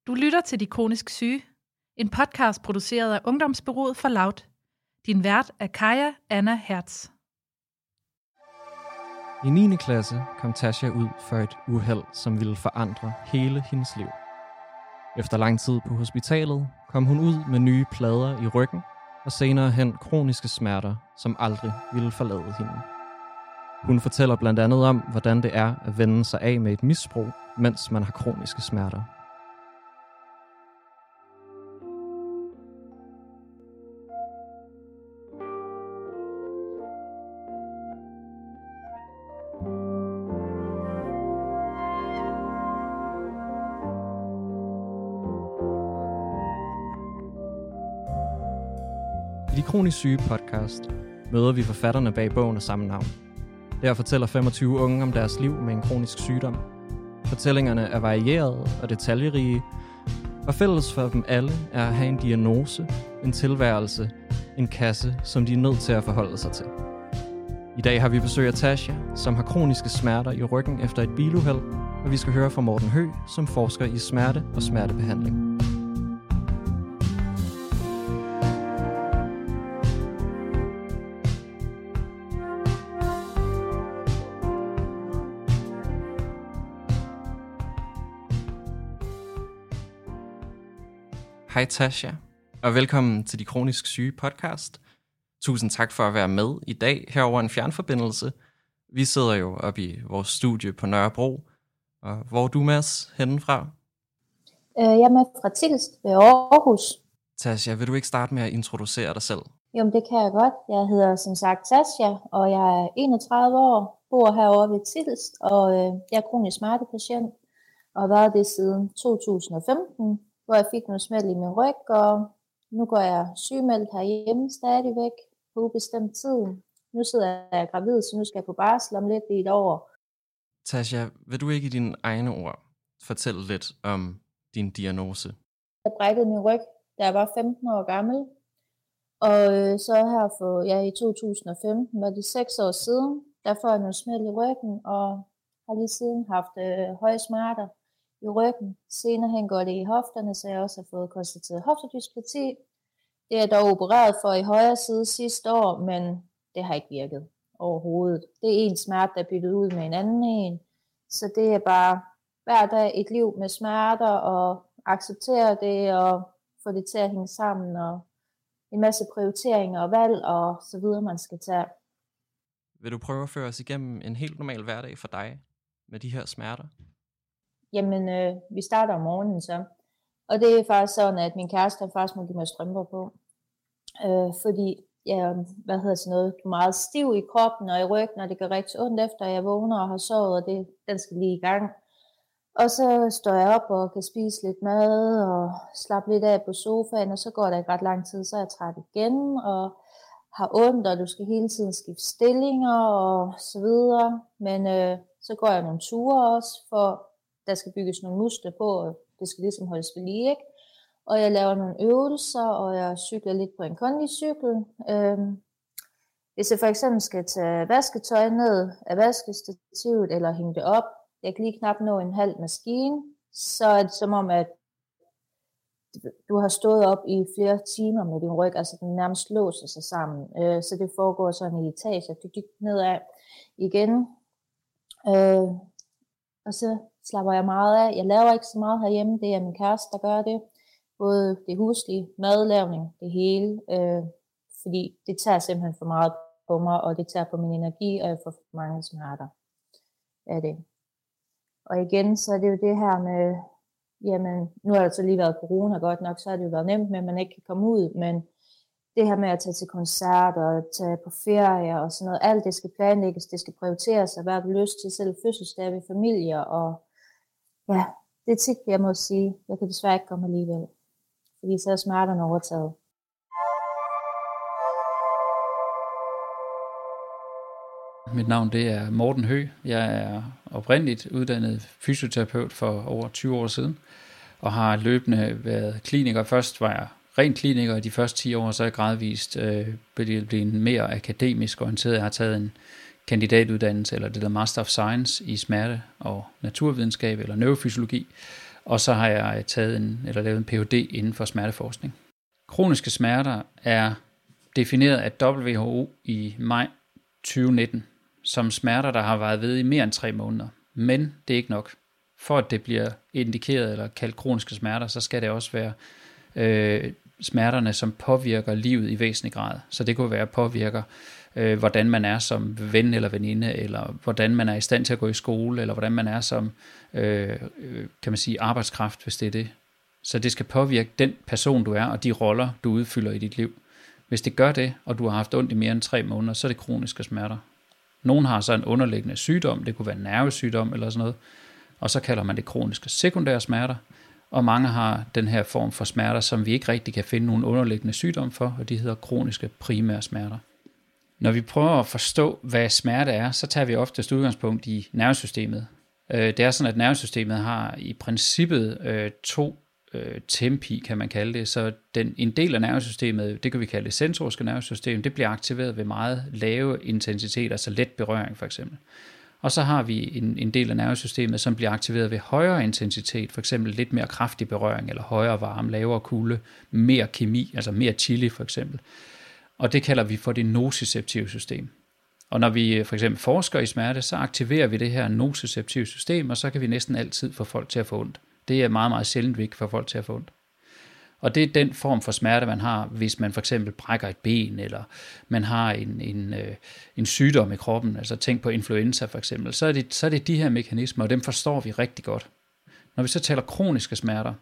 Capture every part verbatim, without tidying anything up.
Du lytter til De Kronisk Syge, en podcast produceret af Ungdomsbureauet for Loud. Din vært er Kaja Anna Hertz. I niende klasse kom Tasha ud for et uheld, som ville forandre hele hendes liv. Efter lang tid på hospitalet kom hun ud med nye plader i ryggen og senere hen kroniske smerter, som aldrig ville forlade hende. Hun fortæller blandt andet om, hvordan det er at vende sig af med et misbrug, mens man har kroniske smerter. I De Kronisk Syge podcast møder vi forfatterne bag bogen af samme navn. Der fortæller femogtyve unge om deres liv med en kronisk sygdom. Fortællingerne er varierede og detaljerige, og fælles for dem alle er at have en diagnose, en tilværelse, en kasse, som de er nødt til at forholde sig til. I dag har vi besøg af Tasha, som har kroniske smerter i ryggen efter et biluheld, og vi skal høre fra Morten Høgh, som forsker i smerte og smertebehandling. Hej Tasha, og velkommen til De Kronisk Syge podcast. Tusind tak for at være med i dag her over en fjernforbindelse. Vi sidder jo oppe i vores studie på Nørrebro. Og hvor er du, Mads, henne fra? Jeg er med fra Tilst ved Aarhus. Tasha, vil du ikke starte med at introducere dig selv? Jo, det kan jeg godt. Jeg hedder som sagt Tasha, og jeg er enogtredive år, bor herovre ved Tilst, og jeg er kronisk smertepatient, og har været det siden to tusind og femten. Hvor jeg fik noget smæld i min ryg, og nu går jeg sygemeldt herhjemme stadigvæk på ubestemt tid. Nu sidder jeg gravid, så nu skal jeg på barsel om lidt i et år. Tasha, vil du ikke i dine egne ord fortælle lidt om din diagnose? Jeg brækkede min ryg, da jeg var femten år gammel, og så her for, ja, i to tusind og femten, var det seks år siden, der får jeg noget smæld i ryggen, og har lige siden haft øh, høje smerter i ryggen. Senere hen går det i hofterne, så jeg også har fået konstateret hoftedysplati. Det er jeg dog opereret for i højre side sidste år, men det har ikke virket overhovedet. Det er en smerte, der er byttet ud med en anden en. Så det er bare hver dag et liv med smerter, og acceptere det, og få det til at hænge sammen, og en masse prioriteringer og valg, og så videre, man skal tage. Vil du prøve at føre os igennem en helt normal hverdag for dig med de her smerter? Jamen, øh, vi starter om morgenen så. Og det er faktisk sådan, at min kæreste har faktisk må give mig strømper på. Øh, fordi jeg, hvad hedder sådan noget, er meget stiv i kroppen og i ryggen, og det gør rigtig ondt efter, at jeg vågner og har sovet, og det, den skal lige i gang. Og så står jeg op og kan spise lidt mad og slappe lidt af på sofaen, og så går der ikke ret lang tid, så er jeg træt igen og har ondt, og du skal hele tiden skifte stillinger og så videre. Men øh, så går jeg nogle ture også, for der skal bygges nogle muskler på, og det skal ligesom holdes ved lige, ikke? Og jeg laver nogle øvelser, og jeg cykler lidt på en kondicykel. Øhm, hvis jeg for eksempel skal tage vasketøj ned af vaskestativet, eller hænge det op, jeg kan lige knap nå en halv maskine, så er det som om, at du har stået op i flere timer med din ryg, altså den nærmest låser sig sammen. Øh, så det foregår sådan i etager, du gik nedad igen. Øh, og så slapper jeg meget af. Jeg laver ikke så meget herhjemme, det er min kæreste, der gør det. Både det huslige, madlavning, det hele. Øh, fordi det tager simpelthen for meget på mig, og det tager på min energi, og jeg får for mange smerter af det. Og igen, så er det jo det her med, jamen, nu har det så lige været corona godt nok, så har det jo været nemt med, at man ikke kan komme ud, men det her med at tage til koncerter, og tage på ferie og sådan noget, alt det skal planlægges, det skal prioriteres, og hvad har du lyst til, selv fødselsdage ved familier, og ja, det er tit, jeg må sige, jeg kan desværre ikke komme alligevel, fordi så er smerterne overtaget. Mit navn det er Morten Høgh. Jeg er oprindeligt uddannet fysioterapeut for over tyve år siden, og har løbende været kliniker. Først var jeg ren kliniker, og de første ti år så er jeg gradvist øh, blevet mere akademisk orienteret. Jeg har taget en kandidatuddannelse, eller det der Master of Science i smerte og naturvidenskab eller neurofysiologi, og så har jeg taget en, eller lavet en P H D inden for smerteforskning. Kroniske smerter er defineret af W H O i maj tyve nitten som smerter, der har været ved i mere end tre måneder. Men det er ikke nok. For at det bliver indikeret eller kaldt kroniske smerter, så skal det også være øh, smerterne, som påvirker livet i væsentlig grad. Så det kunne være påvirker, øh, hvordan man er som ven eller veninde, eller hvordan man er i stand til at gå i skole, eller hvordan man er som øh, kan man sige, arbejdskraft, hvis det er det. Så det skal påvirke den person, du er, og de roller, du udfylder i dit liv. Hvis det gør det, og du har haft ondt i mere end tre måneder, så er det kroniske smerter. Nogle har så en underliggende sygdom, det kunne være en nervesygdom eller sådan noget, og så kalder man det kroniske sekundære smerter, og mange har den her form for smerter, som vi ikke rigtig kan finde nogen underliggende sygdom for, og de hedder kroniske primære smerter. Når vi prøver at forstå, hvad smerte er, så tager vi oftest udgangspunkt i nervesystemet. Det er sådan, at nervesystemet har i princippet øh, to øh, tempi, kan man kalde det. Så den, en del af nervesystemet, det kan vi kalde det sensoriske nervesystem, det bliver aktiveret ved meget lave intensitet, altså let berøring for eksempel. Og så har vi en, en del af nervesystemet, som bliver aktiveret ved højere intensitet, for eksempel lidt mere kraftig berøring, eller højere varme, lavere kulde, mere kemi, altså mere chili for eksempel. Og det kalder vi for det nociceptive system. Og når vi for eksempel forsker i smerte, så aktiverer vi det her nociceptive system, og så kan vi næsten altid få folk til at få ondt. Det er meget, meget sjældent, vi kan få folk til at få ondt. Og det er den form for smerte, man har, hvis man for eksempel brækker et ben, eller man har en, en, øh, en sygdom i kroppen, altså tænk på influenza for eksempel, så er, det, så er det de her mekanismer, og dem forstår vi rigtig godt. Når vi så taler kroniske smerter,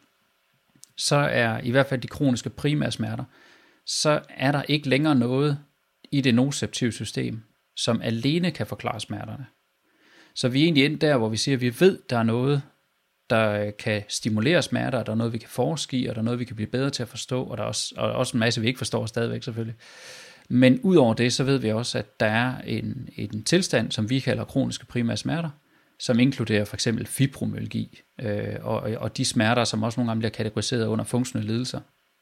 så er i hvert fald de kroniske primære smerter, så er der ikke længere noget i det nociceptive system, som alene kan forklare smerterne. Så vi er egentlig endt der, hvor vi siger, at vi ved, der er noget, der kan stimulere smerter, og der er noget, vi kan forske i, og der er noget, vi kan blive bedre til at forstå, og der er også, og også en masse, vi ikke forstår stadigvæk selvfølgelig. Men udover det, så ved vi også, at der er en, en tilstand, som vi kalder kroniske primære smerter, som inkluderer for eksempel fibromyalgi, øh, og, og de smerter, som også nogle gange bliver kategoriseret under funktionelle lidelser.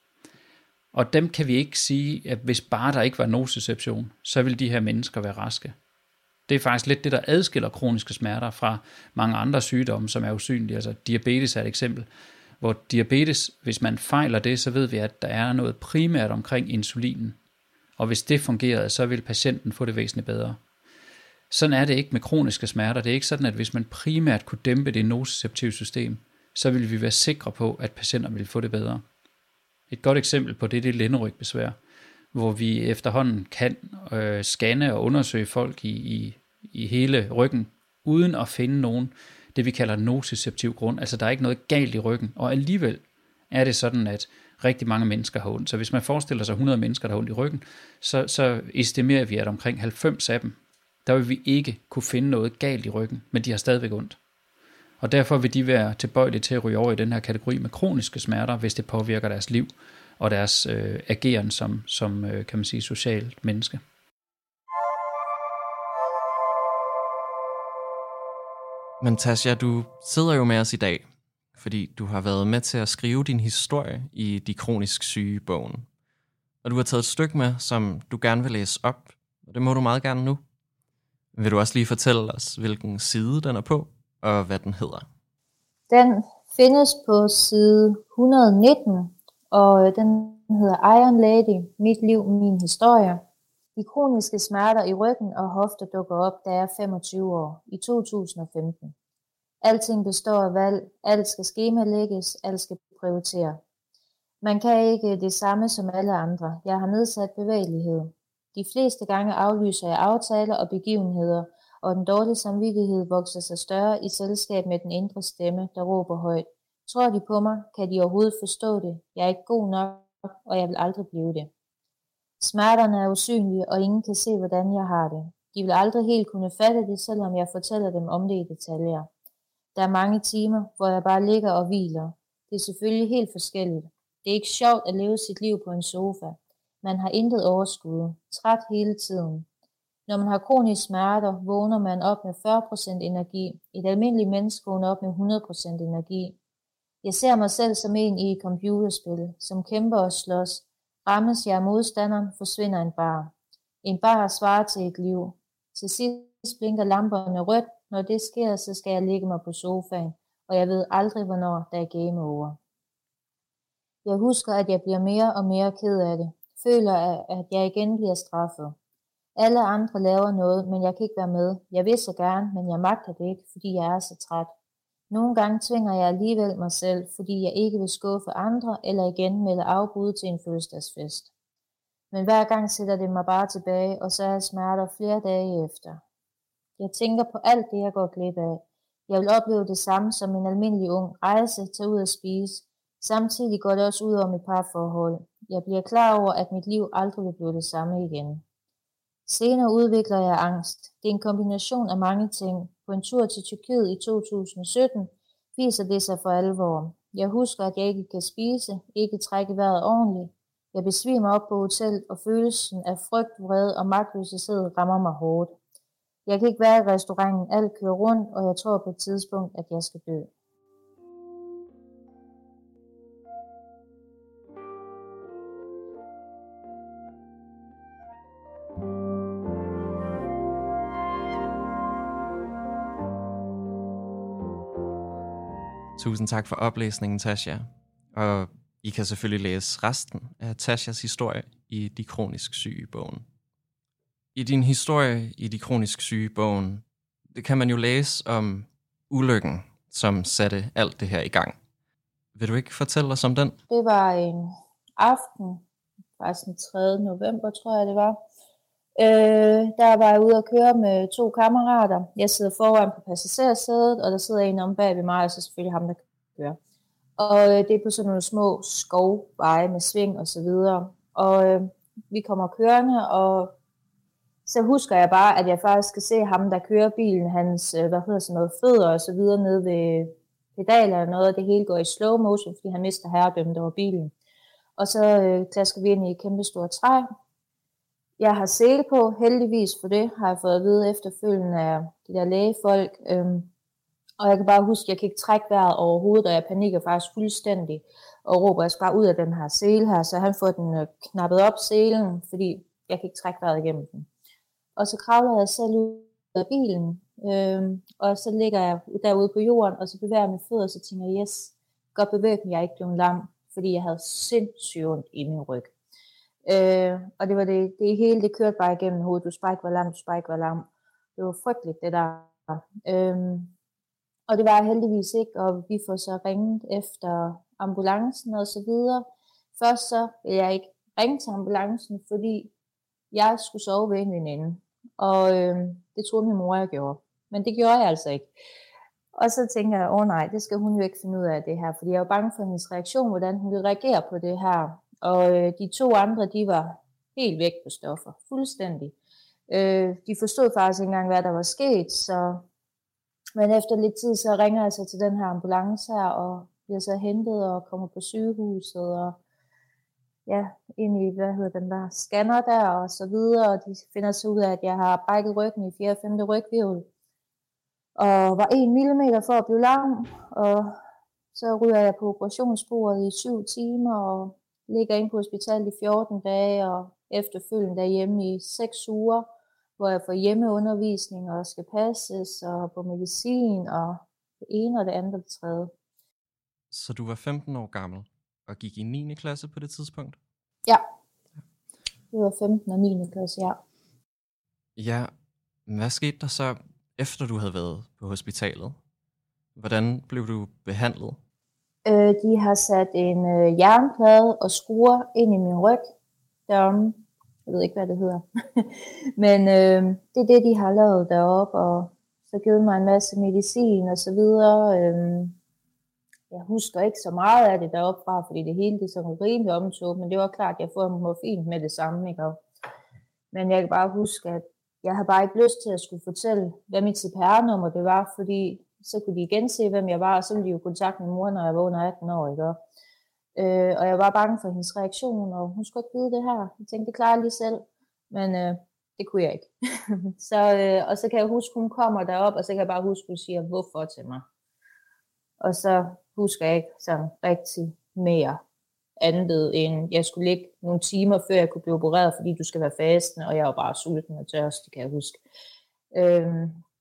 Og dem kan vi ikke sige, at hvis bare der ikke var nociception, så vil de her mennesker være raske. Det er faktisk lidt det, der adskiller kroniske smerter fra mange andre sygdomme, som er usynlige. Altså diabetes er et eksempel, hvor diabetes, hvis man fejler det, så ved vi, at der er noget primært omkring insulinen. Og hvis det fungerede, så vil patienten få det væsentligt bedre. Sådan er det ikke med kroniske smerter. Det er ikke sådan, at hvis man primært kunne dæmpe det nociceptive system, så vil vi være sikre på, at patienter vil få det bedre. Et godt eksempel på det, det er lænderyggbesvær, hvor vi efterhånden kan øh, scanne og undersøge folk i, i, i hele ryggen, uden at finde nogen, det vi kalder nociceptiv grund. Altså der er ikke noget galt i ryggen, og alligevel er det sådan, at rigtig mange mennesker har ondt. Så hvis man forestiller sig hundrede mennesker, der har ondt i ryggen, så, så estimerer vi, at omkring halvfems af dem, der vil vi ikke kunne finde noget galt i ryggen, men de har stadigvæk ondt. Og derfor vil de være tilbøjelige til at ryge over i den her kategori med kroniske smerter, hvis det påvirker deres liv og deres øh, ageren som, som øh, kan man sige, socialt menneske. Men Tasja, du sidder jo med os i dag, fordi du har været med til at skrive din historie i De kronisk syge bogen. Og du har taget et stykke med, som du gerne vil læse op, og det må du meget gerne nu. Vil du også lige fortælle os, hvilken side den er på, og hvad den hedder? Den findes på side et hundrede og nitten, og den hedder Iron Lady, mit liv, min historie. De kroniske smerter i ryggen og hofter dukker op, da jeg er femogtyve år, i to tusind og femten. Alting består af valg, alt skal skemalægges, alt skal prioritere. Man kan ikke det samme som alle andre. Jeg har nedsat bevægelighed. De fleste gange aflyser jeg aftaler og begivenheder, og den dårlige samvittighed vokser sig større i selskab med den indre stemme, der råber højt. Tror de på mig? Kan de overhovedet forstå det? Jeg er ikke god nok, og jeg vil aldrig blive det. Smerterne er usynlige, og ingen kan se, hvordan jeg har det. De vil aldrig helt kunne fatte det, selvom jeg fortæller dem om det i detaljer. Der er mange timer, hvor jeg bare ligger og hviler. Det er selvfølgelig helt forskelligt. Det er ikke sjovt at leve sit liv på en sofa. Man har intet overskud. Træt hele tiden. Når man har kroniske smerter, vågner man op med fyrre procent energi. Et almindeligt menneske vågner op med hundrede procent energi. Jeg ser mig selv som en i et computerspil, som kæmper og slås. Rammes jeg af modstanderen, forsvinder en bar. En bar svarer til et liv. Til sidst blinker lamperne rødt. Når det sker, så skal jeg ligge mig på sofaen og jeg ved aldrig, hvornår der er game over. Jeg husker, at jeg bliver mere og mere ked af det. Føler, at jeg igen bliver straffet. Alle andre laver noget, men jeg kan ikke være med. Jeg vil så gerne, men jeg magter det ikke, fordi jeg er så træt. Nogle gange tvinger jeg alligevel mig selv, fordi jeg ikke vil skuffe andre, eller igen melde afbud til en fødselsdagsfest. Men hver gang sætter det mig bare tilbage, og så er jeg smerter flere dage efter. Jeg tænker på alt det, jeg går glip af. Jeg vil opleve det samme som en almindelig ung. Rejse, tage ud og spise. Samtidig går det også ud over mit parforhold. Jeg bliver klar over, at mit liv aldrig vil blive det samme igen. Senere udvikler jeg angst. Det er en kombination af mange ting. På en tur til Tyrkiet i to tusind sytten viser det sig for alvor. Jeg husker, at jeg ikke kan spise, ikke trække vejret ordentligt. Jeg besvimer op på hotellet, og følelsen af frygt, vrede og magtløshed rammer mig hårdt. Jeg kan ikke være i restauranten, alt kører rundt, og jeg tror på et tidspunkt, at jeg skal dø. Tusind tak for oplæsningen, Tasha. Og I kan selvfølgelig læse resten af Tashas historie i De Kronisk Syge-bogen. I din historie i De Kronisk Syge-bogen, det kan man jo læse om ulykken, som satte alt det her i gang. Vil du ikke fortælle os om den? Det var en aften, faktisk den tredje november, tror jeg det var. Øh, der var jeg ude at køre med to kammerater. Jeg sidder foran på passagersædet, og der sidder en om bag ved mig, og så selvfølgelig ham, der kører. Og øh, det er på sådan nogle små skovveje med sving og så videre. Og øh, vi kommer kørende, og så husker jeg bare, at jeg faktisk skal se ham, der kører bilen, hans, øh, hvad hedder sådan noget, fødder og så videre nede ved pedaler og noget, og det hele går i slow motion, fordi han mister herredømmet over bilen. Og så øh, klasker vi ind i et kæmpe stort træ. Jeg har sele på, heldigvis for det, har jeg fået at vide efterfølgende af de der lægefolk. Øhm, og jeg kan bare huske, at jeg kan ikke trække vejret overhovedet, og jeg panikker faktisk fuldstændig, og råber jeg bare ud af den her sele her, så han får den øh, knappet op selen, fordi jeg kan ikke trække vejret igennem den. Og så kravler jeg selv ud af bilen, øhm, og så ligger jeg derude på jorden, og så bevæger jeg mine fødder, og så tænker jeg, yes, godt bevæget, jeg er ikke blevet lam, fordi jeg havde sindssygt ondt i min ryg. Øh, og det var det, det hele, det kørte bare igennem hovedet. Du skal ikke være lam, du skal ikke være lam. Det var frygteligt, det der. Øh, og det var jeg heldigvis ikke, og vi får så ringet efter ambulancen og så videre. Først så ville jeg ikke ringe til ambulancen, fordi jeg skulle sove ved en veninde. Og øh, det troede min mor, jeg gjorde. Men det gjorde jeg altså ikke. Og så tænker jeg, åh oh, nej, det skal hun jo ikke finde ud af det her, fordi jeg var bange for hendes reaktion, hvordan hun ville reagere på det her. Og øh, de to andre, de var helt væk på stoffer, fuldstændig. Øh, de forstod faktisk ikke engang, hvad der var sket, så... Men efter lidt tid, så ringer jeg så til den her ambulance her, og bliver så hentet og kommer på sygehuset, og ja, ind i, hvad hedder den der, scanner der, og så videre, og de finder så ud af, at jeg har brækket ryggen i fjerde og femte rygvirvel, og var en millimeter for at blive lam, og så ryger jeg på operationsbordet i syv timer, og ligger inde på hospitalet i fjorten dage, og efterfølgende derhjemme i seks uger, hvor jeg får hjemmeundervisning og skal passes, og på medicin, og det ene og det andet og det tredje. Så du var femten år gammel, og gik i niende klasse på det tidspunkt? Ja, det var femten og niende klasse, ja. Ja, hvad skete der så, efter du havde været på hospitalet? Hvordan blev du behandlet? Øh, de har sat en øh, jernplade og skruer ind i min ryg deromme. Jeg ved ikke, hvad det hedder. Men øh, det er det, de har lavet deroppe, og så givet mig en masse medicin og så videre. Øh, jeg husker ikke så meget af det deroppe fra, fordi det hele det er sådan rimelig omtog, men det var klart, at jeg får morfin med det samme. Ikke? Men jeg kan bare huske, at jeg havde bare ikke lyst til at skulle fortælle, hvad mit C P R-nummer det var, fordi så kunne de igen se, hvem jeg var, og så ville de jo kontakte min mor, når jeg var under atten år, ikke? Øh, og jeg var bange for hendes reaktion, og hun skulle ikke vide det her. Jeg tænkte, det klarer jeg lige selv, men øh, det kunne jeg ikke. så, øh, og så kan jeg huske, hun kommer derop, og så kan jeg bare huske, hun siger, hvorfor til mig. Og så husker jeg ikke sådan rigtig mere andet, end jeg skulle ligge nogle timer, før jeg kunne blive opereret, fordi du skal være fasten, og jeg var bare sulten og tørst, det kan jeg huske. Øh,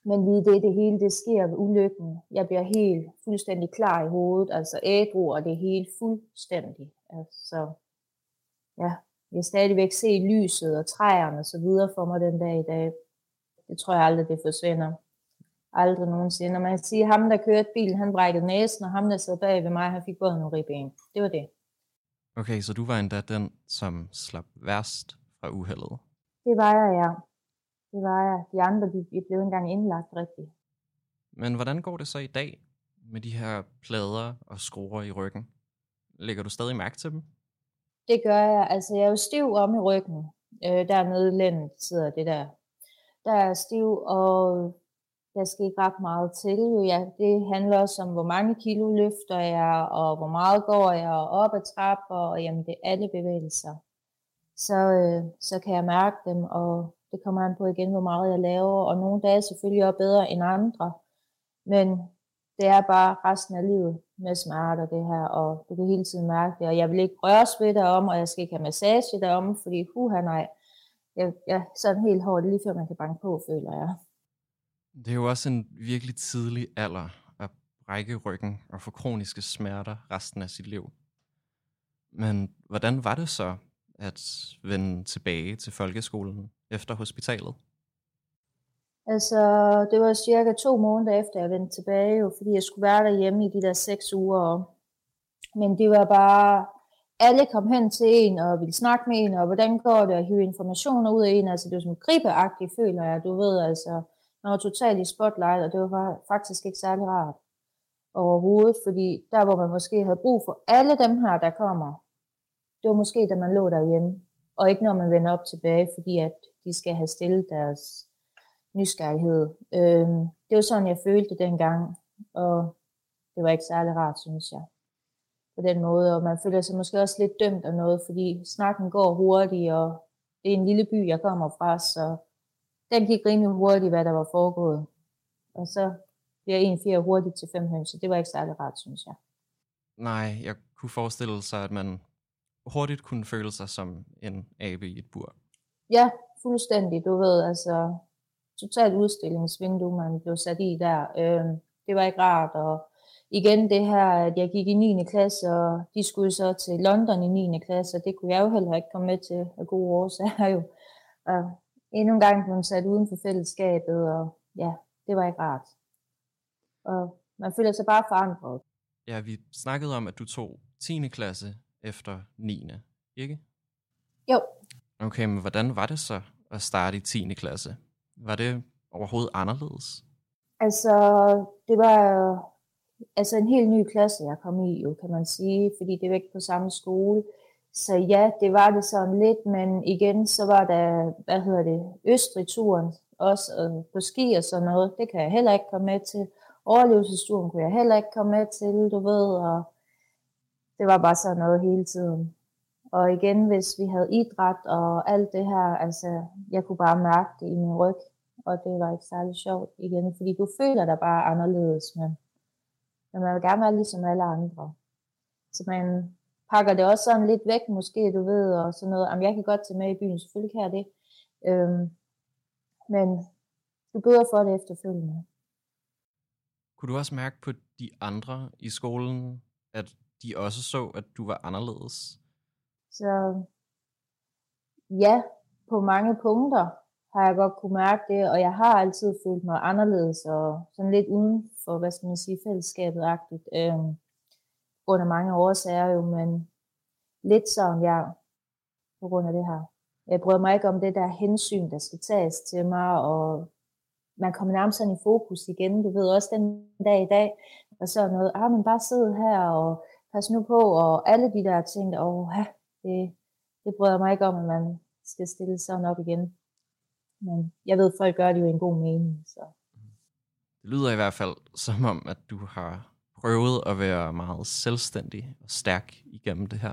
Men lige det, det hele, det sker ved ulykken. Jeg bliver helt fuldstændig klar i hovedet, altså ædru, og det er helt fuldstændig. Altså, ja, jeg stadigvæk se lyset og træerne og så videre for mig den dag i dag. Det tror jeg aldrig, det forsvinder. Aldrig nogensinde. Og man kan sige, at ham, der kørte bilen, han brækkede næsen, og ham, der sad bag ved mig, han fik både nogle ribben. Det var det. Okay, så du var endda den, som slap værst fra uheldet? Det var jeg, ja. Det var jeg. De andre, de, de blev engang indlagt rigtigt. Men hvordan går det så i dag med de her plader og skruer i ryggen? Lægger du stadig mærke til dem? Det gør jeg. Altså, jeg er jo stiv om i ryggen. Øh, dernede i lænden sidder det der. Der er stiv, og der skal ikke ret meget til. Jo, ja, det handler også om, hvor mange kilo løfter jeg, og hvor meget går jeg op ad trapper, og jamen, det er alle bevægelser. Så, øh, så kan jeg mærke dem, og det kommer an på igen, hvor meget jeg laver, og nogle dage er selvfølgelig også bedre end andre. Men det er bare resten af livet med smerter, det her, og du kan hele tiden mærke det, og jeg vil ikke røres ved derom, og jeg skal ikke have massage derom, fordi huha nej, jeg, jeg sådan helt hårdt, lige før man kan banke på, føler jeg. Det er jo også en virkelig tidlig alder at brække ryggen og få kroniske smerter resten af sit liv. Men hvordan var det så at vende tilbage til folkeskolen efter hospitalet? Altså, det var cirka to måneder efter, jeg vendte tilbage, jo, fordi jeg skulle være derhjemme i de der seks uger. Men det var bare, alle kom hen til en og ville snakke med en, og hvordan går det, og hive informationer ud af en. Altså, det var som gribeagtigt, føler jeg, du ved, altså, man var totalt i spotlight, og det var faktisk ikke særlig rart overhovedet, fordi der, hvor man måske havde brug for alle dem her, der kommer, det var måske, da man lå derhjemme, og ikke når man vender op tilbage, fordi at de skal have stillet deres nysgerrighed. Øhm, det var sådan, jeg følte det dengang, og det var ikke særlig rart, synes jeg, på den måde, og man føler sig måske også lidt dømt af noget, fordi snakken går hurtigt, og det er en lille by, jeg kommer fra, så den gik rimelig hurtigt, hvad der var foregået. Og så bliver en fire hurtigt til fem høns, så det var ikke særlig rart, synes jeg. Nej, jeg kunne forestille sig, at man hurtigt kunne føle sig som en abe i et bur. Ja, fuldstændig, du ved, altså totalt udstillingsvindue, man blev sat i der. Øh, det var ikke rart, og igen det her, at jeg gik i niende klasse, og de skulle så til London i niende klasse, og det kunne jeg jo heller ikke komme med til af gode årsager jo. Og endnu en gang blev man sat uden for fællesskabet, og ja, det var ikke rart. Og man føler sig bare forandret. Ja, vi snakkede om, at du tog tiende klasse efter niende, ikke? Jo. Okay, men hvordan var det så at starte i tiende klasse? Var det overhovedet anderledes? Altså, det var altså en helt ny klasse, jeg kom i, jo, kan man sige, fordi det var ikke på samme skole. Så ja, det var det sådan lidt, men igen, så var der, hvad hedder det, Østrig-turen også øh, på ski og sådan noget. Det kan jeg heller ikke komme med til. Overlevelsesturen kunne jeg heller ikke komme med til, du ved, og det var bare sådan noget hele tiden. Og igen, hvis vi havde idræt og alt det her, altså, jeg kunne bare mærke det i min ryg, og det var ikke særlig sjovt igen, fordi du føler dig bare anderledes, men, men man vil gerne være ligesom alle andre. Så man pakker det også sådan lidt væk, måske, du ved, og sådan noget, jamen jeg kan godt tage med i byen, selvfølgelig kan jeg det, øhm, men du bøder for det efterfølgende. Kunne du også mærke på de andre i skolen, at de også så, at du var anderledes? Så ja, på mange punkter har jeg godt kunne mærke det, og jeg har altid følt mig anderledes og sådan lidt uden for, hvad skal man sige, fællesskabet-agtigt, øhm, under mange årsager jo, men lidt sådan, ja, på grund af det her. Jeg bryder mig ikke om det der hensyn, der skal tages til mig, og man kommer nærmest sådan i fokus igen, du ved også den dag i dag, og så noget, ah, men bare sidde her og pas nu på, og alle de der ting, der, åh, det, det bryder mig ikke om, at man skal stille sådan op igen. Men jeg ved, folk gør det jo i en god mening. Så. Det lyder i hvert fald som om, at du har prøvet at være meget selvstændig og stærk igennem det her.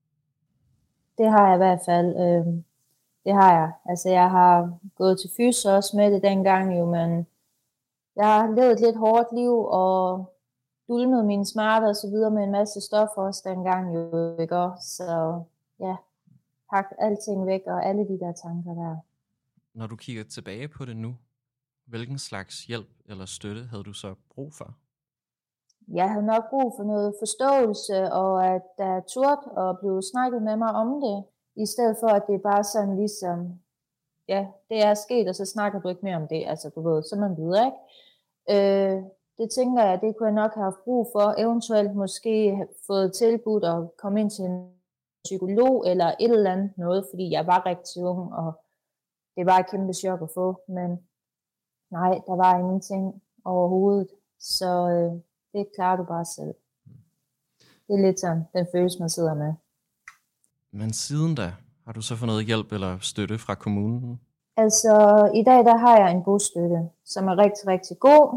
Det har jeg i hvert fald. Øh, det har jeg. Altså, jeg har gået til fys også med det dengang jo, men jeg har levet et lidt hårdt liv og dulmet mine smerter og så videre med en masse stoffer også dengang jo, ikke også? Så ja, pak alting væk og alle de der tanker der. Når du kigger tilbage på det nu, Hvilken slags hjælp eller støtte havde du så brug for? Jeg havde nok brug for noget forståelse, og at der turde og blev snakket med mig om det, i stedet for at det er bare sådan ligesom, ja, det er sket, og så snakker du ikke mere om det, altså du ved, så man videre, ikke? Øh, det tænker jeg, det kunne jeg nok have haft brug for, eventuelt måske have fået tilbudt at komme ind til en psykolog, eller et eller andet noget, fordi jeg var rigtig ung, og det var et kæmpe chok at få, men nej, der var ingenting overhovedet, så øh, det klarer du bare selv. Det er lidt sådan, den følelse, man sidder med. Men siden da, har du så fået noget hjælp eller støtte fra kommunen? Altså, i dag der har jeg en bostøtte, som er rigtig, rigtig god.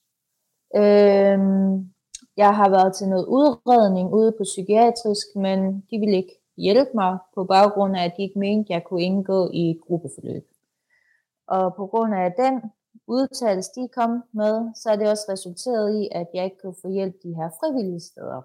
Øhm, jeg har været til noget udredning ude på psykiatrisk, men de ville ikke hjælpe mig på baggrund af, at de ikke mente, at jeg kunne indgå i gruppeforløb. Og på grund af den udtalelse, de kom med, så er det også resulteret i, at jeg ikke kunne få hjælp de her frivillige steder.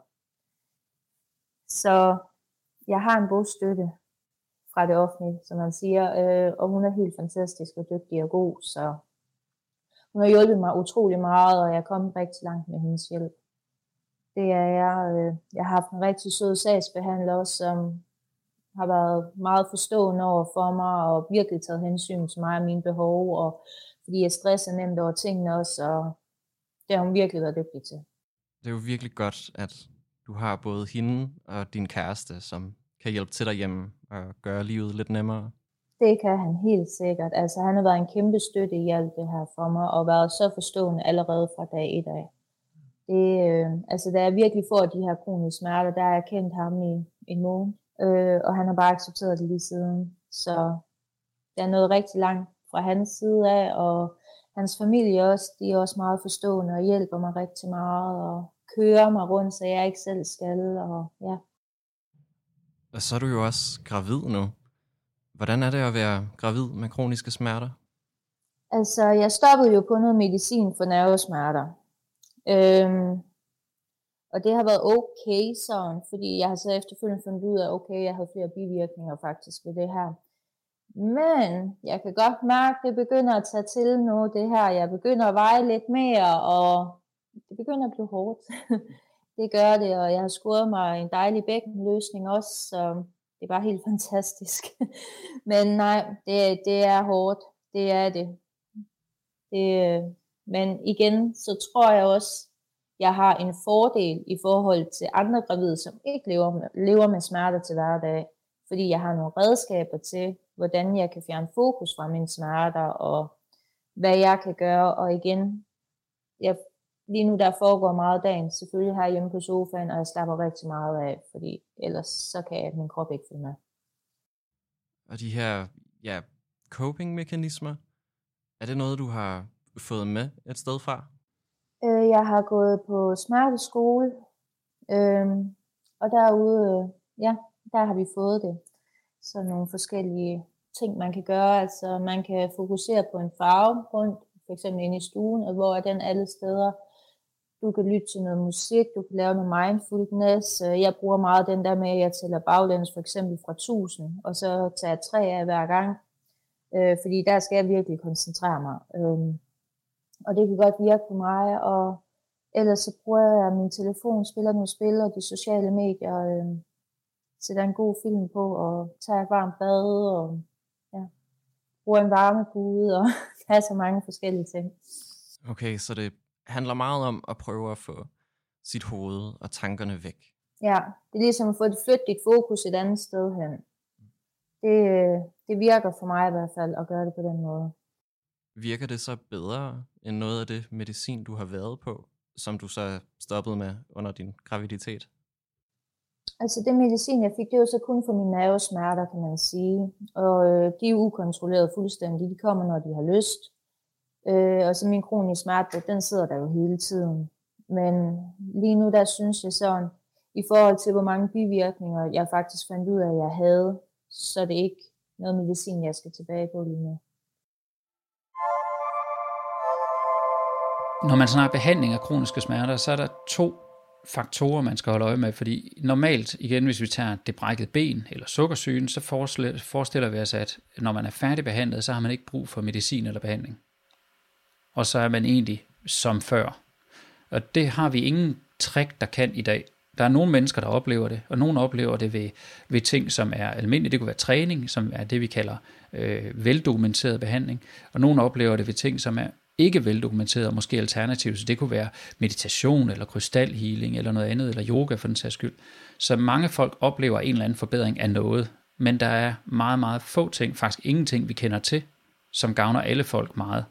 Så jeg har en bostøtte fra det offentlige, som man siger, øh, og hun er helt fantastisk og dygtig og god, så hun har hjulpet mig utrolig meget, og jeg er kommet rigtig langt med hendes hjælp. Det er jeg. Øh, jeg har haft en rigtig sød sagsbehandler også, som har været meget forstående over for mig, og virkelig taget hensyn til mig og mine behov, og fordi jeg stresser nemt over tingene også, og det har hun virkelig været dygtig til. Det er jo virkelig godt, at du har både hende og din kæreste, som kan hjælpe til derhjemme og gøre livet lidt nemmere. Det kan han helt sikkert. Altså, han har været en kæmpe støtte i alt det her for mig, og været så forstående allerede fra dag et af. Det, øh, altså, da jeg virkelig får de her kroniske smerter, der har jeg kendt ham i en måned, øh, og han har bare accepteret det lige siden. Så der er noget rigtig langt fra hans side af, og hans familie også, de er også meget forstående og hjælper mig rigtig meget, og kører mig rundt, så jeg ikke selv skal, og ja. Og så er du jo også gravid nu. Hvordan er det at være gravid med kroniske smerter? Altså, jeg stoppede jo på noget medicin for nervesmerter. Øhm, og det har været okay sådan, fordi jeg har så efterfølgende fundet ud af, okay, jeg havde flere bivirkninger faktisk ved det her. Men jeg kan godt mærke, at det begynder at tage til nu, det her. Jeg begynder at veje lidt mere, og det begynder at blive hårdt. Det gør det, og jeg har scoret mig en dejlig bækkenløsning også, så det er bare helt fantastisk. Men nej, det, det er hårdt. Det er det. det. Men igen, så tror jeg også, jeg har en fordel i forhold til andre gravide, som ikke lever med, lever med smerter til hverdag. Fordi jeg har nogle redskaber til, hvordan jeg kan fjerne fokus fra mine smerter, og hvad jeg kan gøre. Og igen, jeg, lige nu der foregår meget dagen, selvfølgelig her hjemme på sofaen, og jeg slapper rigtig meget af, fordi ellers så kan jeg, min krop ikke følge med. Og de her ja, coping-mekanismer, er det noget, du har fået med et sted fra? Øh, jeg har gået på smerteskole, øh, og derude, øh, ja, der har vi fået det. Så nogle forskellige ting, man kan gøre. Altså, man kan fokusere på en farve rundt, for eksempel inde i stuen, og hvor er den alle steder. Du kan lytte til noget musik, du kan lave noget mindfulness. Jeg bruger meget den der med, at jeg tæller baglæns for eksempel fra tusind, og så tager tre af hver gang. Øh, fordi der skal jeg virkelig koncentrere mig. Øh, og det kan godt virke på mig, og ellers så bruger jeg min telefon, spiller nogle spil og de sociale medier, øh, sætter en god film på, og tager et varmt bad, og ja, bruger en varmepude, og der er så mange forskellige ting. Okay, så det handler meget om at prøve at få sit hoved og tankerne væk. Ja, det er ligesom at få det flyttet dit fokus et andet sted hen. Det, det virker for mig i hvert fald at gøre det på den måde. Virker det så bedre end noget af det medicin, du har været på, som du så stoppede med under din graviditet? Altså det medicin, jeg fik, det var så kun for mine nervesmerter, kan man sige. Og øh, de er ukontrolleret fuldstændig. De kommer, når de har lyst. Øh, og så min kroniske smerte, den sidder der jo hele tiden. Men lige nu, der synes jeg sådan, i forhold til hvor mange bivirkninger, jeg faktisk fandt ud af, at jeg havde, så er det ikke noget medicin, jeg skal tilbage på lige nu. Når man snakker behandling af kroniske smerter, så er der to faktorer, man skal holde øje med, fordi normalt, igen, hvis vi tager det brækkede ben eller sukkersygen, så forestiller vi os, at når man er færdigbehandlet, så har man ikke brug for medicin eller behandling. og så er man egentlig som før. Og det har vi ingen trick, der kan i dag. Der er nogle mennesker, der oplever det, og nogle oplever det ved, ved ting, som er almindelige. Det kunne være træning, som er det, vi kalder øh, veldokumenteret behandling, og nogle oplever det ved ting, som er ikke veldokumenteret, og måske alternativt. Så det kunne være meditation, eller krystalhealing, eller noget andet, eller yoga for den sags skyld. Så mange folk oplever en eller anden forbedring af noget, men der er meget, meget få ting, faktisk ingenting, vi kender til, som gavner alle folk meget.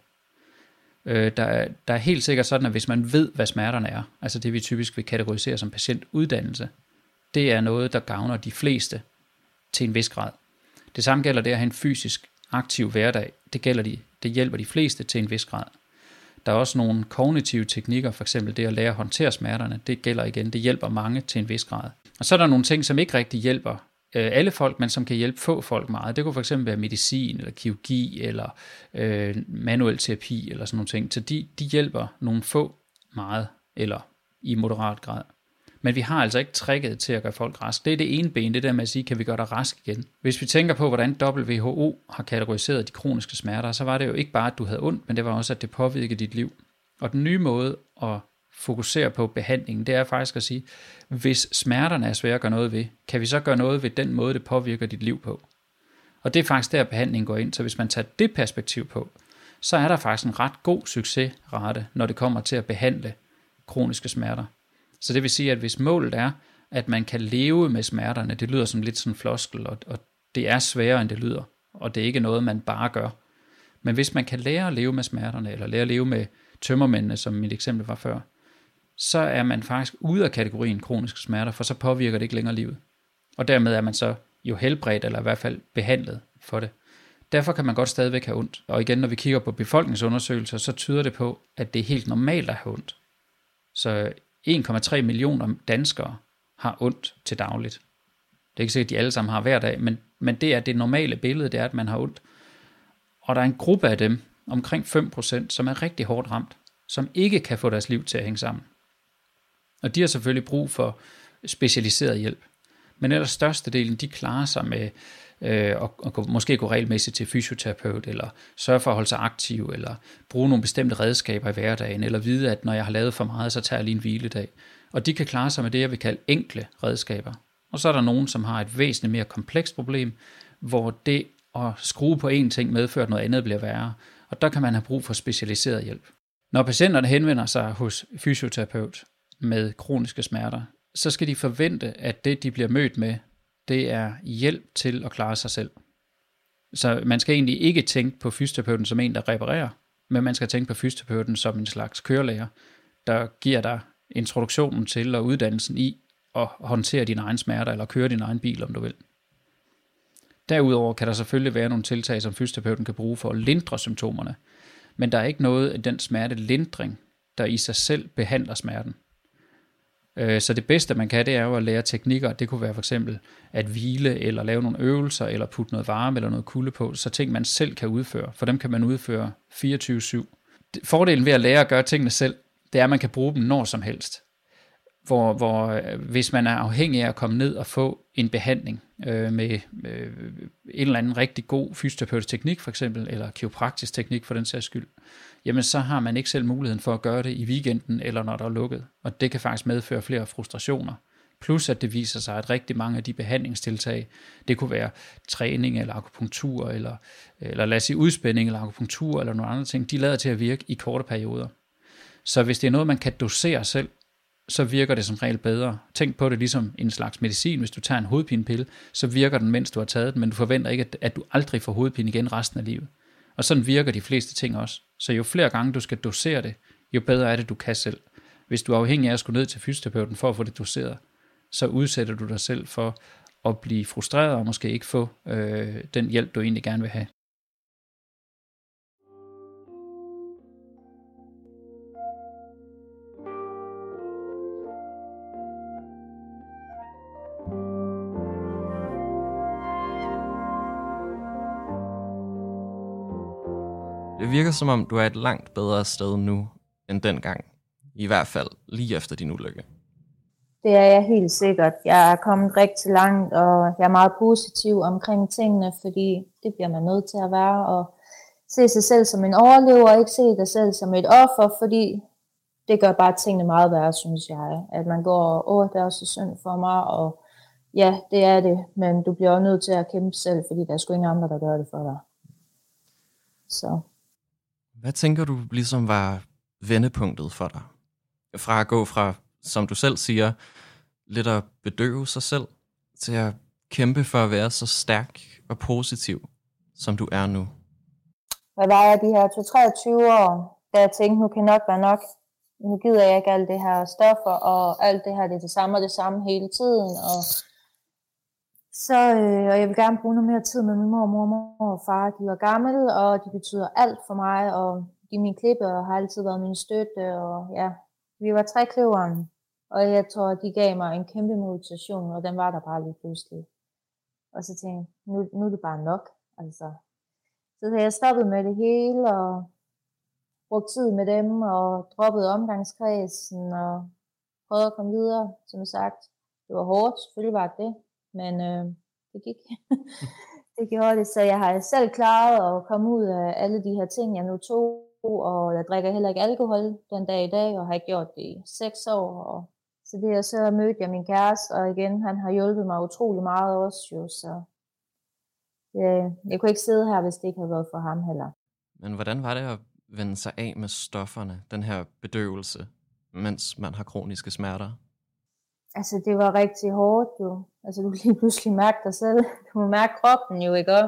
Øh, der, er, der er helt sikkert sådan, at hvis man ved, hvad smerterne er, altså det vi typisk vil kategorisere som patientuddannelse, det er noget, der gavner de fleste til en vis grad. Det samme gælder det at have en fysisk aktiv hverdag. Det, gælder de, det hjælper de fleste til en vis grad. Der er også nogle kognitive teknikker, for eksempel det at lære at håndtere smerterne. Det gælder igen, det hjælper mange til en vis grad. Og så er der nogle ting, som ikke rigtig hjælper øh, alle folk, men som kan hjælpe få folk meget. Det kunne for eksempel være medicin, eller kirurgi, eller øh, manuel terapi, eller sådan nogle ting. Så de, de hjælper nogle få meget, eller i moderat grad. Men vi har altså ikke tricket til at gøre folk rask. Det er det ene ben, det der med at sige, kan vi gøre dig rask igen? Hvis vi tænker på, hvordan W H O har kategoriseret de kroniske smerter, så var det jo ikke bare, at du havde ondt, men det var også, at det påvirkede dit liv. Og den nye måde at fokusere på behandlingen, det er faktisk at sige, hvis smerterne er svære at gøre noget ved, kan vi så gøre noget ved den måde, det påvirker dit liv på? Og det er faktisk der, behandlingen går ind. Så hvis man tager det perspektiv på, så er der faktisk en ret god succesrate, når det kommer til at behandle kroniske smerter. Så det vil sige, at hvis målet er, at man kan leve med smerterne, det lyder som lidt sådan en floskel, og, og det er sværere, end det lyder, og det er ikke noget, man bare gør. Men hvis man kan lære at leve med smerterne, eller lære at leve med tømmermændene, som mit eksempel var før, så er man faktisk ude af kategorien kroniske smerter, for så påvirker det ikke længere livet. Og dermed er man så jo helbredt, eller i hvert fald behandlet for det. Derfor kan man godt stadigvæk have ondt. Og igen, når vi kigger på befolkningsundersøgelser, så tyder det på, at det er helt normalt at have ondt. Så en komma tre millioner danskere har ondt til dagligt. Det er ikke sikkert, at de alle sammen har hver dag, men, men det er det normale billede, det er, at man har ondt. Og der er en gruppe af dem, omkring fem procent, som er rigtig hårdt ramt, som ikke kan få deres liv til at hænge sammen. Og de har selvfølgelig brug for specialiseret hjælp. Men ellers størstedelen, de klarer sig med øh, at, at måske gå regelmæssigt til fysioterapeut, eller sørge for at holde sig aktiv, eller bruge nogle bestemte redskaber i hverdagen, eller vide, at når jeg har lavet for meget, så tager jeg lige en hviledag. Og de kan klare sig med det, jeg vil kalde enkle redskaber. Og så er der nogen, som har et væsentligt mere komplekst problem, hvor det at skrue på én ting medfører, at noget andet bliver værre. Og der kan man have brug for specialiseret hjælp. Når patienterne henvender sig hos fysioterapeut med kroniske smerter, så skal de forvente, at det, de bliver mødt med, det er hjælp til at klare sig selv. Så man skal egentlig ikke tænke på fysioterapeuten som en, der reparerer, men man skal tænke på fysioterapeuten som en slags kørelærer, der giver dig introduktionen til og uddannelsen i at håndtere dine egne smerter, eller køre din egen bil, om du vil. Derudover kan der selvfølgelig være nogle tiltag, som fysioterapeuten kan bruge for at lindre symptomerne, men der er ikke noget af den smertelindring, der i sig selv behandler smerten. Så det bedste, man kan, det er jo at lære teknikker. Det kunne være for eksempel at hvile, eller lave nogle øvelser, eller putte noget varme, eller noget kulde på, så ting, man selv kan udføre. For dem kan man udføre fireogtyve syv. Fordelen ved at lære at gøre tingene selv, det er, at man kan bruge dem når som helst. Hvor, hvor hvis man er afhængig af at komme ned og få en behandling øh, med øh, en eller anden rigtig god fysioterapeutisk teknik for eksempel, eller kiropraktisk teknik for den sags skyld, jamen så har man ikke selv muligheden for at gøre det i weekenden, eller når der er lukket. Og det kan faktisk medføre flere frustrationer. Plus at det viser sig, at rigtig mange af de behandlingstiltag, det kunne være træning, eller akupunktur, eller, eller lad os sige udspænding, eller akupunktur, eller nogle andre ting, de lader til at virke i korte perioder. Så hvis det er noget, man kan dosere selv, så virker det som regel bedre. Tænk på det ligesom en slags medicin. Hvis du tager en hovedpinepille, så virker den, mens du har taget den, men du forventer ikke, at, at du aldrig får hovedpine igen resten af livet. Og sådan virker de fleste ting også. Så jo flere gange du skal dosere det, jo bedre er det, du kan selv. Hvis du er afhængig af at skulle ned til fysioterapeuten for at få det doseret, så udsætter du dig selv for at blive frustreret og måske ikke få øh, den hjælp, du egentlig gerne vil have. Det virker som om, du er et langt bedre sted nu end dengang. I hvert fald lige efter din ulykke. Det er jeg helt sikkert. Jeg er kommet rigtig langt, og jeg er meget positiv omkring tingene, fordi det bliver man nødt til at være. Og se sig selv som en overlever, og ikke se dig selv som et offer, fordi det gør bare tingene meget værre, synes jeg. At man går, åh, det er også synd for mig, og ja, det er det, men du bliver også nødt til at kæmpe selv, fordi der er sgu ingen andre, der gør det for dig. Så. Hvad tænker du ligesom var vendepunktet for dig? Fra at gå fra, som du selv siger, lidt at bedøve sig selv, til at kæmpe for at være så stærk og positiv, som du er nu? Hvad var jeg de her to treogtyve år, da jeg tænkte, nu kan nok være nok. Nu gider jeg ikke alt det her stoffer, og alt det her, det er det samme og det samme hele tiden. Og, så, øh, og jeg vil gerne bruge noget mere tid med min mor, mor, mor og far. De var gamle, og de betyder alt for mig, og de er mine klippe, og har altid været min støtte. Og ja, vi var tre kløveren, og jeg tror, de gav mig en kæmpe motivation, og den var der bare lige pludselig. Og så tænkte jeg, nu, nu er det bare nok, altså. Så jeg stoppede med det hele, og brugte tid med dem, og droppede omgangskredsen, og prøvede at komme videre, som sagt. Det var hårdt, selvfølgelig var det, men øh, det gik. Det gjorde det, så jeg har selv klaret at komme ud af alle de her ting, jeg nu tog, og jeg drikker heller ikke alkohol den dag i dag, og har ikke gjort det i seks år. Og så det er så mødte jeg min kæreste, og igen, han har hjulpet mig utrolig meget også, jo, så jeg, jeg kunne ikke sidde her, hvis det ikke havde været for ham heller. Men hvordan var det at vende sig af med stofferne, den her bedøvelse, mens man har kroniske smerter? Altså, det var rigtig hårdt jo. Altså, du kan lige pludselig mærke dig selv. Du må mærke kroppen jo, ikke?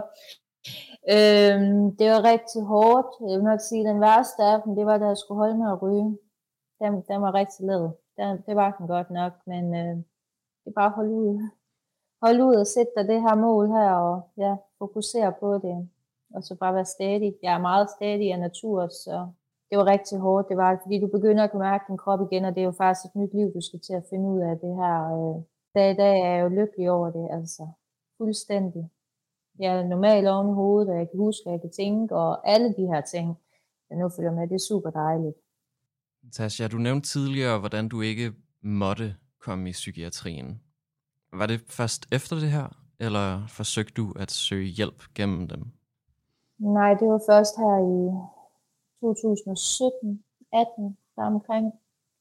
Øhm, det var rigtig hårdt. Jeg vil nok sige, at den værste af dem, det var, da jeg skulle holde mig at ryge. Den, den var rigtig led. Den, det var den godt nok, men øh, det er bare at holde ud. Holde ud og sætte dig det her mål her, og ja, fokusere på det. Og så bare være stadig. Jeg er meget stadig af natur, så det var rigtig hårdt. Det var, fordi du begynder at kunne mærke din krop igen, og det er jo faktisk et nyt liv, du skal til at finde ud af det her. Dag i dag er jeg jo lykkelig over det, altså fuldstændig. Jeg er normal oven i hovedet, og jeg kan huske, og jeg kan tænke, og alle de her ting, jeg nu følger med, det er super dejligt. Tasha, du nævnte tidligere, hvordan du ikke måtte komme i psykiatrien. Var det først efter det her, eller forsøgte du at søge hjælp gennem dem? Nej, det var først her i to tusind sytten atten, der omkring.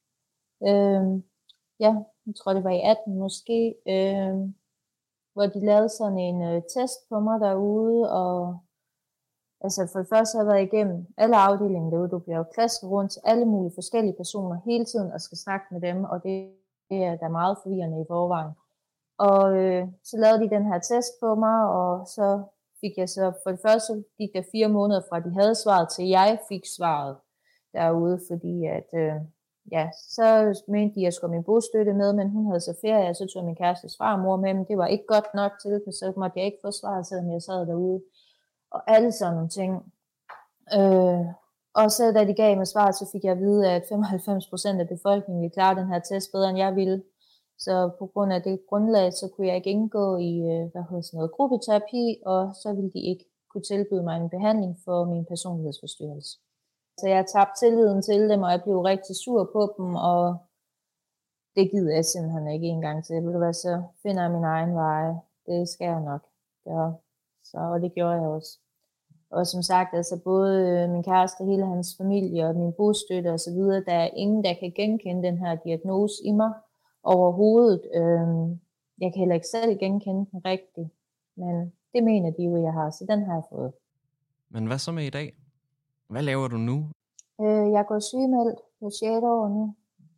Øhm, ja, jeg tror det var i atten måske, øhm, hvor de lavede sådan en øh, test på mig derude, og altså for det første har jeg været igennem alle afdelinger derude. Du bliver jo klasket rundt til alle mulige forskellige personer hele tiden og skal snakke med dem, og det, det er da meget forvirrende i forvejen. Og øh, så lavede de den her test på mig, og så fik jeg så, for det første gik der fire måneder fra, de havde svaret, til jeg fik svaret derude, fordi at, øh, ja, så mente de, at jeg skulle have min bostøtte med, men hun havde så ferie, og så tog min kærestes far og mor med, men det var ikke godt nok til, så måtte jeg ikke få svaret, selvom jeg sad derude, og alle sådan nogle ting. Øh, og så da de gav mig svaret, så fik jeg at vide, at femoghalvfems procent af befolkningen ville klare den her test bedre, end jeg ville. Så på grund af det grundlag, så kunne jeg ikke indgå i hvad hedder sådan noget, gruppeterapi, og så ville de ikke kunne tilbyde mig en behandling for min personlighedsforstyrrelse. Så jeg tabte tilliden til dem, og jeg blev rigtig sur på dem, og det gider jeg simpelthen ikke en gang til. Ved du hvad, så finder jeg min egen vej. Det skal jeg nok gøre. Så, og det gjorde jeg også. Og som sagt, altså både min kæreste, hele hans familie og min bostøtte og så videre, der er ingen, der kan genkende den her diagnose i mig overhovedet. Jeg kan heller ikke selv genkende den rigtigt, men det mener de jo, jeg har, så den har jeg fået. Men hvad så med i dag? Hvad laver du nu? Jeg går sygemeldt på sjette år nu,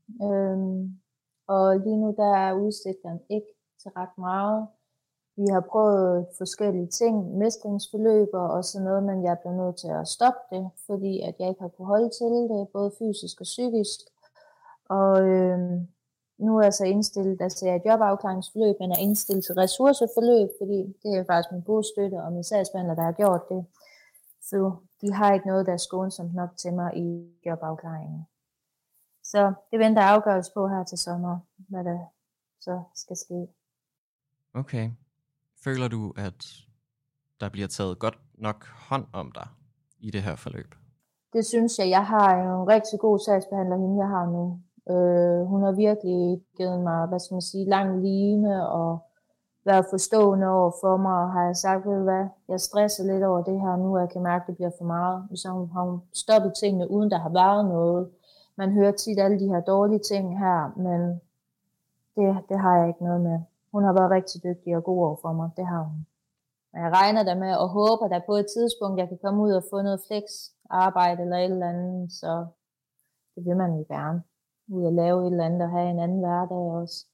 og lige nu der er udsigterne ikke til ret meget. Vi har prøvet forskellige ting, mestringsforløb og sådan noget, men jeg blev nødt til at stoppe det, fordi at jeg ikke har kunnet holde til det, både fysisk og psykisk. Og øh, nu er jeg så indstillet, altså jeg er et jobafklaringsforløb, men er indstillet til ressourceforløb, fordi det er faktisk min bostøtte og min sagsbehandler, der har gjort det. Så de har ikke noget, der er skånsomt nok til mig i jobafklaringen. Så det venter afgørelse på her til sommer, hvad der så skal ske. Okay. Føler du, at der bliver taget godt nok hånd om dig i det her forløb? Det synes jeg. Jeg har en rigtig god sagsbehandler, hende jeg har nu. Øh, hun har virkelig givet mig, hvad skal man sige, lang line, og været forstående over for mig, og har jeg sagt, ved du hvad, jeg stresser lidt over det her nu, og jeg kan mærke, at det bliver for meget. Så har hun stoppet tingene, uden der har været noget. Man hører tit alle de her dårlige ting her, men det, det har jeg ikke noget med. Hun har været rigtig dygtig og god over for mig, det har hun. Men jeg regner der med og håber, der på et tidspunkt, jeg kan komme ud og få noget flex arbejde eller et eller andet, så det vil man jo gerne. Ud og lave et eller andet og have en anden hverdag også.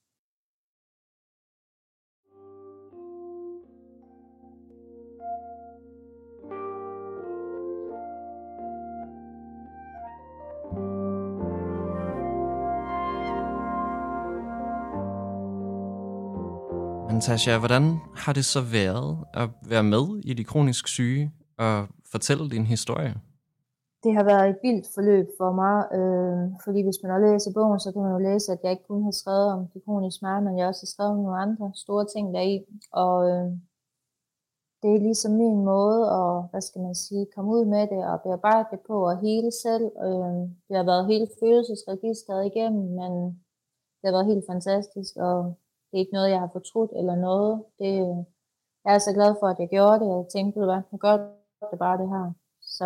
Men Tasha, hvordan har det så været at være med i De Kronisk Syge og fortælle din historie? Det har været et vildt forløb for mig, øh, fordi hvis man har læst bogen, så kan man jo læse, at jeg ikke kun har skrevet om de kroniske smerter, men jeg også har skrevet om nogle andre store ting deri. Og øh, det er ligesom min måde at, hvad skal man sige, komme ud med det og bearbejde det på og hele selv. Øh, det har været hele følelsesregisteret igennem, men det har været helt fantastisk, og det er ikke noget, jeg har fortrudt eller noget. Det, jeg er så glad for, at jeg gjorde det, og jeg tænkte, hvad, nu gør det bare det her. Så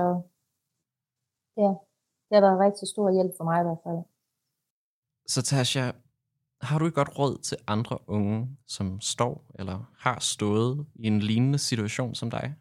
ja, det har været en rigtig stor hjælp for mig i hvert fald. Så Tasha, har du et godt råd til andre unge, som står eller har stået i en lignende situation som dig?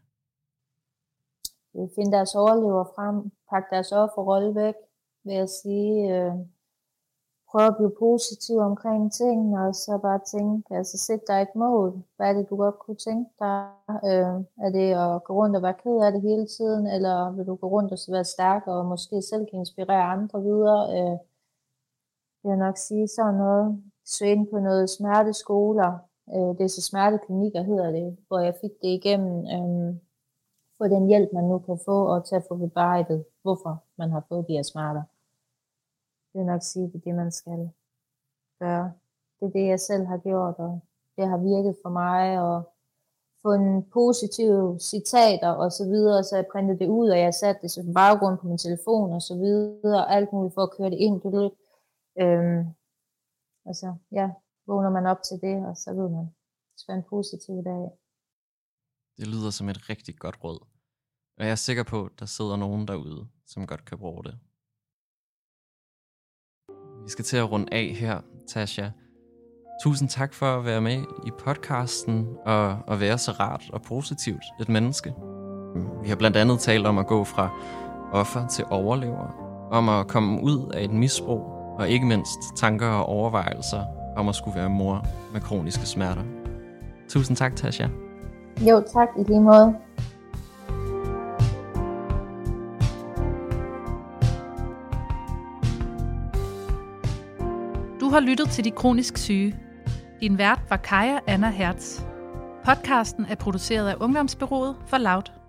Finde deres overlever frem, pakke deres offerrolle væk, vil jeg sige. Øh, prøve at blive positiv omkring tingene, og så bare tænke, altså sæt dig et mål. Hvad er det, du godt kunne tænke dig? Øh, er det at gå rundt og være ked af det hele tiden, eller vil du gå rundt og så være stærk, og måske selv kan inspirere andre videre? Øh, jeg vil nok sige sådan noget. Søg ind på noget smerteskoler. Øh, det er så smerteklinikker, hedder det, hvor jeg fik det igennem. Øh, få den hjælp, man nu kan få, og til at få bearbejdet, hvorfor man har fået de her smerter. Det vil nok sige, det er det, man skal gøre. Det er det, jeg selv har gjort, og det har virket for mig, og fundet positive citater og så videre, så jeg printede det ud, og jeg satte det som baggrund på min telefon og så videre, alt muligt for at køre det ind. Det lidt. Øhm, altså, ja, vågner man op til det, og så ved man, det skal være en positiv dag. Det lyder som et rigtig godt råd, og jeg er sikker på, at der sidder nogen derude, som godt kan bruge det. Vi skal til at runde af her, Tasha. Tusind tak for at være med i podcasten og at være så rart og positivt et menneske. Vi har blandt andet talt om at gå fra offer til overlever, om at komme ud af et misbrug, og ikke mindst tanker og overvejelser om at skulle være mor med kroniske smerter. Tusind tak, Tasha. Jo, tak i lige måde. Du har lyttet til De Kronisk Syge. Din vært var Kaja Anna Hertz. Podcasten er produceret af Ungdomsbureauet for Loud.